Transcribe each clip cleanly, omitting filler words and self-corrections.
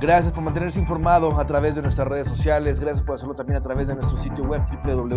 Gracias por mantenerse informado a través de nuestras redes sociales, gracias por hacerlo también a través de nuestro sitio web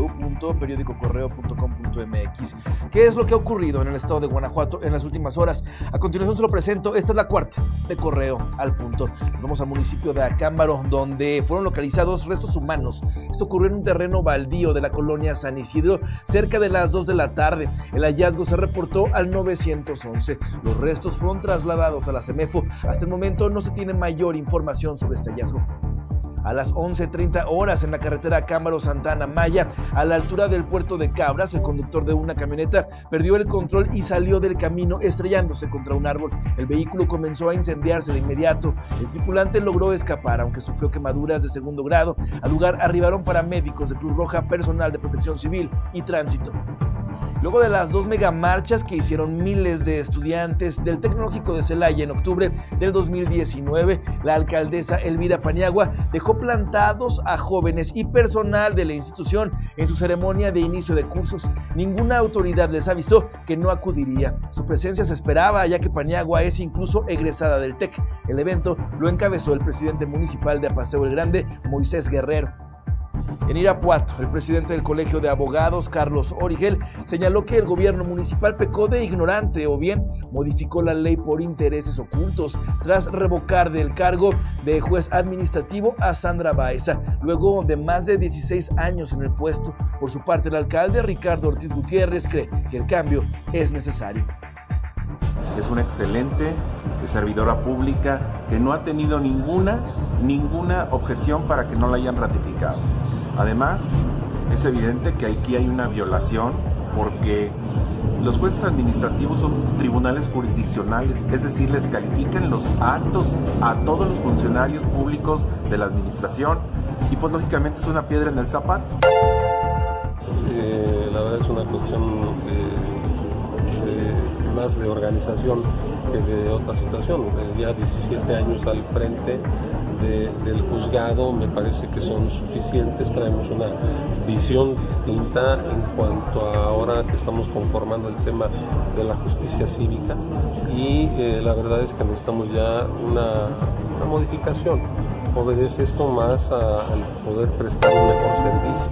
www.periodicocorreo.com.mx. ¿Qué es lo que ha ocurrido en el estado de Guanajuato en las últimas horas? A continuación se lo presento, esta es la cuarta de Correo al Punto. Nos vamos al municipio de Acámbaro, donde fueron localizados restos humanos. Esto ocurrió en un terreno baldío de la colonia San Isidro, cerca de las 2 de la tarde. El hallazgo se reportó al 911. Los restos fueron trasladados a la CEMEFO. Hasta el momento no se tiene mayor información sobre este hallazgo. A las 11:30 horas en la carretera Acámbaro-Santa Ana Maya, a la altura del puerto de Cabras, el conductor de una camioneta perdió el control y salió del camino estrellándose contra un árbol. El vehículo comenzó a incendiarse de inmediato. El tripulante logró escapar, aunque sufrió quemaduras de segundo grado. Al lugar arribaron paramédicos de Cruz Roja, personal de Protección Civil y Tránsito. Luego de las 2 megamarchas que hicieron miles de estudiantes del Tecnológico de Celaya en octubre del 2019, la alcaldesa Elvira Paniagua dejó plantados a jóvenes y personal de la institución en su ceremonia de inicio de cursos. Ninguna autoridad les avisó que no acudiría. Su presencia se esperaba, ya que Paniagua es incluso egresada del TEC. El evento lo encabezó el presidente municipal de Apaseo el Grande, Moisés Guerrero. En Irapuato, el presidente del Colegio de Abogados, Carlos Origel, señaló que el gobierno municipal pecó de ignorante o bien modificó la ley por intereses ocultos tras revocar del cargo de juez administrativo a Sandra Baeza, luego de más de 16 años en el puesto. Por su parte, el alcalde Ricardo Ortiz Gutiérrez cree que el cambio es necesario. Es una excelente servidora pública que no ha tenido ninguna objeción para que no la hayan ratificado. Además, es evidente que aquí hay una violación porque los jueces administrativos son tribunales jurisdiccionales, es decir, les califican los actos a todos los funcionarios públicos de la administración y pues lógicamente es una piedra en el zapato. La verdad es una cuestión más de organización que de otra situación. Ya 17 años al frente del juzgado me parece que son suficientes. Traemos una visión distinta en cuanto a ahora que estamos conformando el tema de la justicia cívica y la verdad es que necesitamos ya una modificación. Obedece esto más al poder prestar un mejor servicio.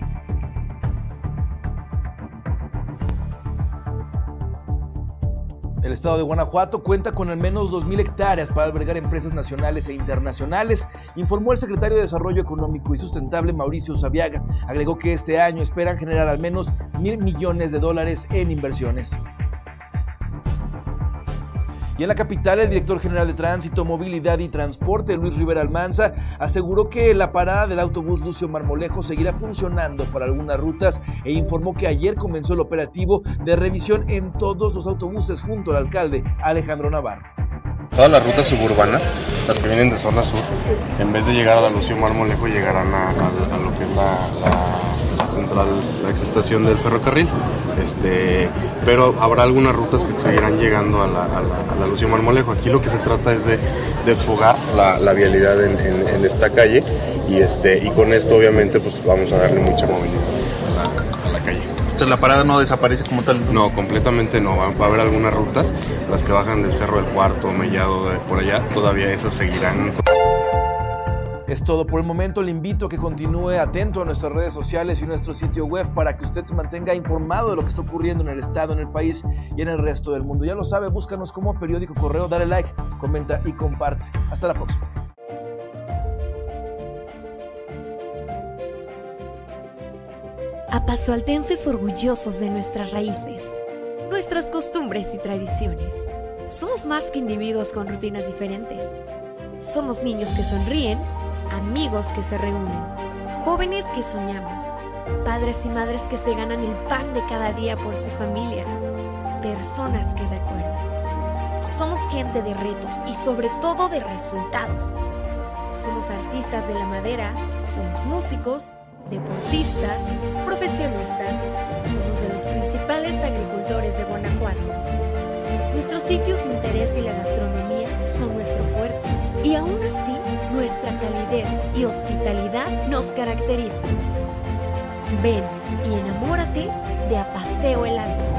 El estado de Guanajuato cuenta con al menos 2,000 hectáreas para albergar empresas nacionales e internacionales, informó el secretario de Desarrollo Económico y Sustentable, Mauricio Usabiaga. Agregó que este año esperan generar al menos $1,000 millones en inversiones. Y en la capital, el director general de Tránsito, Movilidad y Transporte, Luis Rivera Almanza, aseguró que la parada del autobús Lucio Marmolejo seguirá funcionando para algunas rutas e informó que ayer comenzó el operativo de revisión en todos los autobuses junto al alcalde Alejandro Navarro. Todas las rutas suburbanas, las que vienen de zona sur, en vez de llegar a la Lucio Marmolejo, llegarán a lo que es la central, la exestación del ferrocarril. Pero habrá algunas rutas que seguirán llegando a la Lucio Marmolejo. Aquí lo que se trata es de desfogar la vialidad en esta calle y con esto obviamente pues vamos a darle mucha movilidad a la calle. Entonces la parada no desaparece como tal. No, completamente no. Va a haber algunas rutas, las que bajan del Cerro del Cuarto, Mellado, por allá, todavía esas seguirán. Es todo por el momento. Le invito a que continúe atento a nuestras redes sociales y nuestro sitio web para que usted se mantenga informado de lo que está ocurriendo en el estado, en el país y en el resto del mundo. Ya lo sabe, búscanos como Periódico Correo, dale like, comenta y comparte. Hasta la próxima. Apazoaltenses orgullosos de nuestras raíces, nuestras costumbres y tradiciones. Somos más que individuos con rutinas diferentes. Somos niños que sonríen, amigos que se reúnen, jóvenes que soñamos, padres y madres que se ganan el pan de cada día por su familia, personas que recuerdan. Somos gente de retos y sobre todo de resultados. Somos artistas de la madera, somos músicos, deportistas, profesionistas, somos de los principales agricultores de Guanajuato. Nuestros sitios de interés y la gastronomía son nuestro fuerte, y aún así, nuestra calidez y hospitalidad nos caracterizan. Ven y enamórate de Apaseo el Alto.